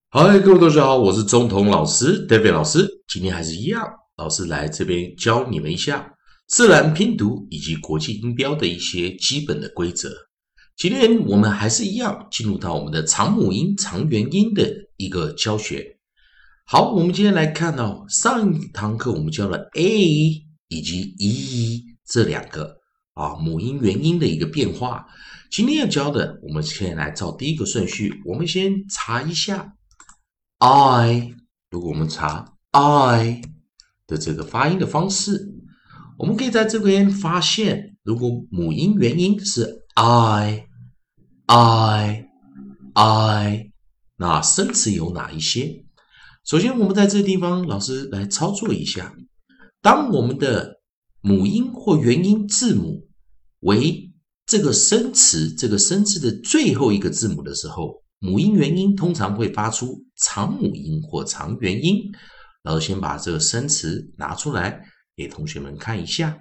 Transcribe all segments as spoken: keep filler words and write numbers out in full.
嗨，各位同学好，我是中童老师 David 老师。今天还是一样，老师来这边教你们一下自然拼读以及国际音标的一些基本的规则。今天我们还是一样进入到我们的长母音、长元音的一个教学。好，我们今天来看哦，上一堂课我们教了 A 以及 E 这两个啊母音元音的一个变化。今天要教的，我们先来照第一个顺序，我们先查一下。I， 如果我们查 I 的这个发音的方式，我们可以在这边发现，如果母音元音是 I I I， 那生词有哪一些？首先，我们在这个地方，老师来操作一下。当我们的母音或元音字母为这个生词，这个生字的最后一个字母的时候，母音元音通常会发出长母音或长元音。然后先把这个生词拿出来给同学们看一下。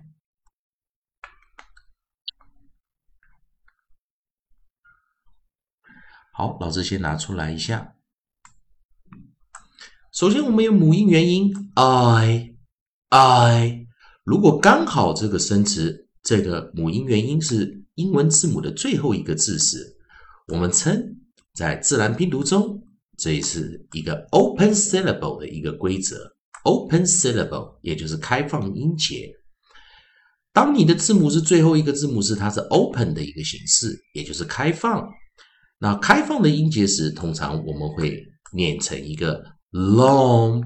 好，老师先拿出来一下。首先我们有母音元音 I I， 如果刚好这个生词这个母音元音是英文字母的最后一个字时，我们称在自然拼读中，这是一个 open syllable 的一个规则。open syllable 也就是开放音节。当你的字母是最后一个字母时，它是 open 的一个形式，也就是开放。那开放的音节时，通常我们会念成一个 long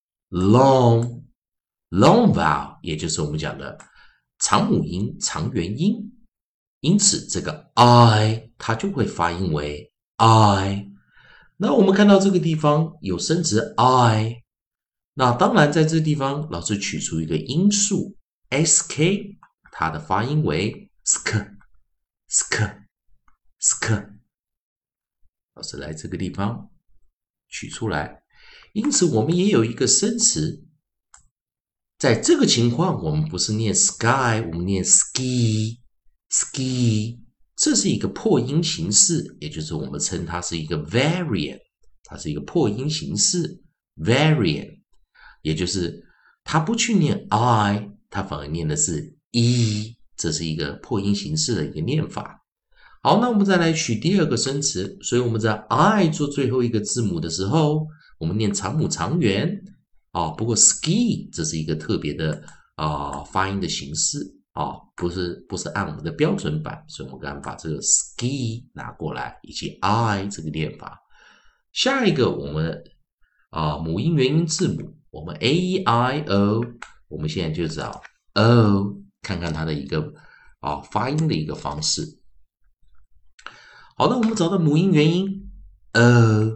long long vowel， 也就是我们讲的长母音、长元音。因此，这个 I 它就会发音为 I。那我们看到这个地方有生词 I， 那当然在这个地方，老师取出一个音素 sk， 它的发音为 sk sk sk。老师来这个地方取出来，因此我们也有一个生词。在这个情况，我们不是念 sky， 我们念 ski ski， 这是一个破音形式，也就是我们称它是一个 variant， 它是一个破音形式 variant， 也就是它不去念 I， 它反而念的是 E， 这是一个破音形式的一个念法。好，那我们再来取第二个生词，所以我们在 I 做最后一个字母的时候，我们念长母长元啊。不过 ski 这是一个特别的啊发音的形式啊，不是不是按我们的标准版，所以我们刚刚把这个 ski 拿过来，以及 I 这个念法。下一个我们啊母音元音字母，我们 A E I O， 我们现在就找 O， 看看它的一个啊发音的一个方式。好的，我们找到母音元音 o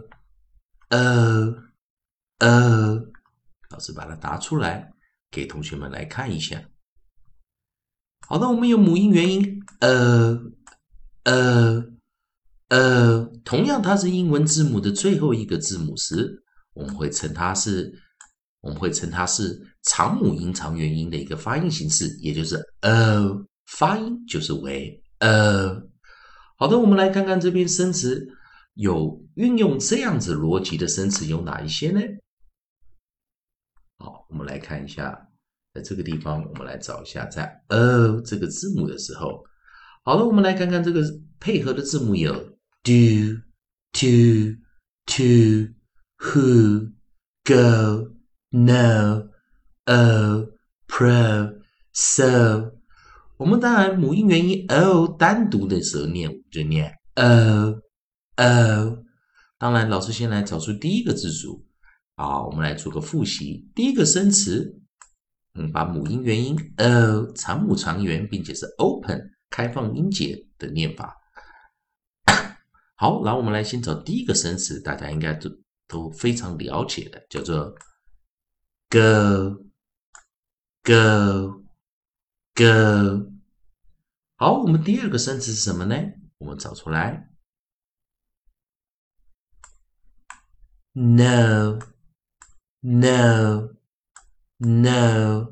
o o， 老师把它拿出来给同学们来看一下。好的，我们有母音元音 o o o， 同样它是英文字母的最后一个字母时，我们会称它是我们会称它是长母音长元音的一个发音形式，也就是 o， 发音就是为 o。好的，我们来看看这边生词有运用这样子逻辑的生词有哪一些呢？好，我们来看一下，在这个地方我们来找一下，在 O 这个字母的时候，好的，我们来看看这个配合的字母有 do to to who go no o pro so。我们当然母音元音 o 单独的时候念就念 o o。当然，老师先来找出第一个字组啊，我们来做个复习。第一个生词，嗯，把母音元音 o 长母长元，并且是 open 开放音节的念法。好，然后我们来先找第一个生词，大家应该都都非常了解的，叫做 go go go。好，我们第二个生词是什么呢？我们找出来 no no no。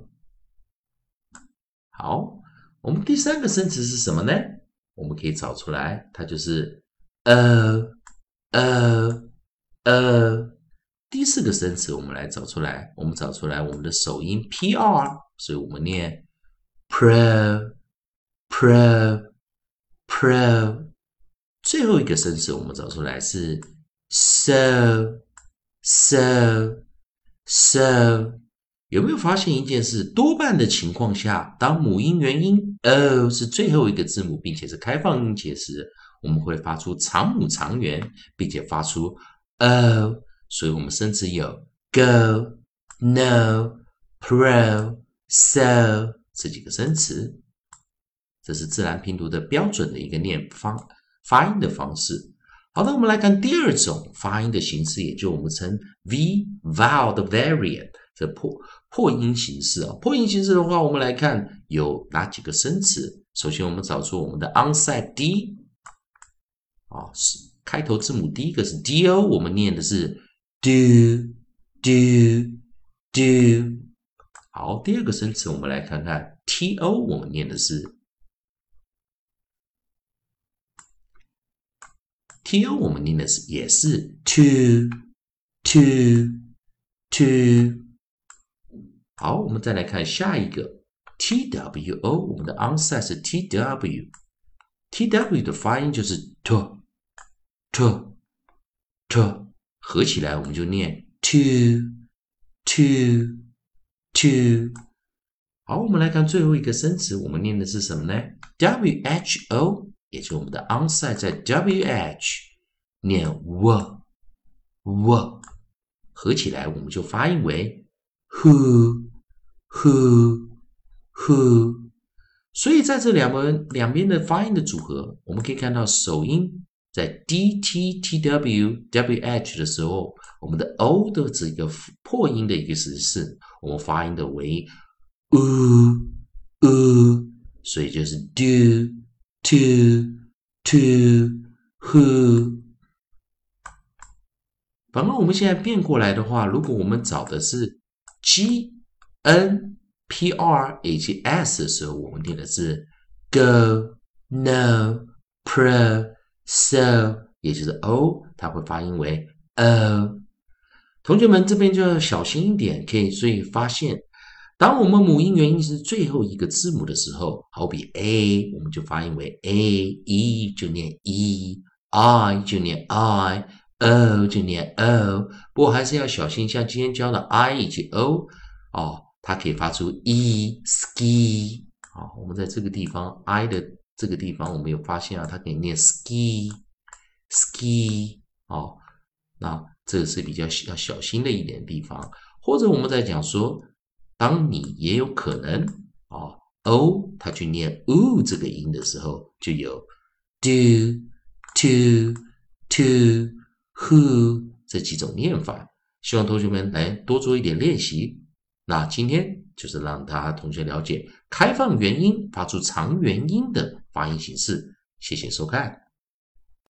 好，我们第三个生词是什么呢？我们可以找出来，它就是 o o o。 个生词我们来找出来，我们找出来我们的首音 P R， 所以我们念 pro pro pro。最后一个生词我们找出来是 so so so。有没有发现一件事？多半的情况下，当母音元音 o 是最后一个字母，并且是开放音节时，我们会发出长母长元，并且发出 o。所以我们生词有 go no pro so 这几个生词。这是自然拼读的标准的一个念方发音的方式。好的，我们来看第二种发音的形式，也就我们称 V vowel 的 variant， 这破破音形式啊。破音形式的话，我们来看有哪几个生词。首先，我们找出我们的 onside D 啊，是开头字母第一个是 do， 我们念的是 do do do。好，第二个生词我们来看看 to， 我们念的是 to， 我们念的是也是 to to to。好，我们再来看下一个 two， 我们的 onside 是 two，two 的发音就是 to to to， 合起来我们就念 to to to。好，我们来看最后一个生词，我们念的是什么呢 ？who， 也就是我们的 onside 在 wh 念 w w， 合起来我们就发音为 who who who。所以在这两边两边的发音的组合，我们可以看到首音在 d t t w w h 的时候，我们的 o 的这个破音的一个形式，我们发音的为 u u， 所以就是 do to to who。反而我们现在变过来的话，如果我们找的是 g n p r 以及 s 的时候，我们念的是 go no pro so， 也就是 o 它会发音为 o。 同学们这边就要小心一点，可以所以发现当我们母音元音是最后一个字母的时候，好比 a 我们就发音为 a， e 就念 e， i 就念 i， o 就念 o。 不过还是要小心，像今天教的 i 以及 o 哦，它可以发出 e ski。 好，我们在这个地方 i 的这个地方我们有发现啊，它可以念 ski ski。 好，那这个是比较要小心的一点地方。或者我们在讲说，当你也有可能啊 o 它去念 u 这个音的时候，就有 do to to who 这几种念法。希望同学们来多做一点练习。那今天就是让大家同学了解开放元音发出长元音的发音形式。谢谢收看。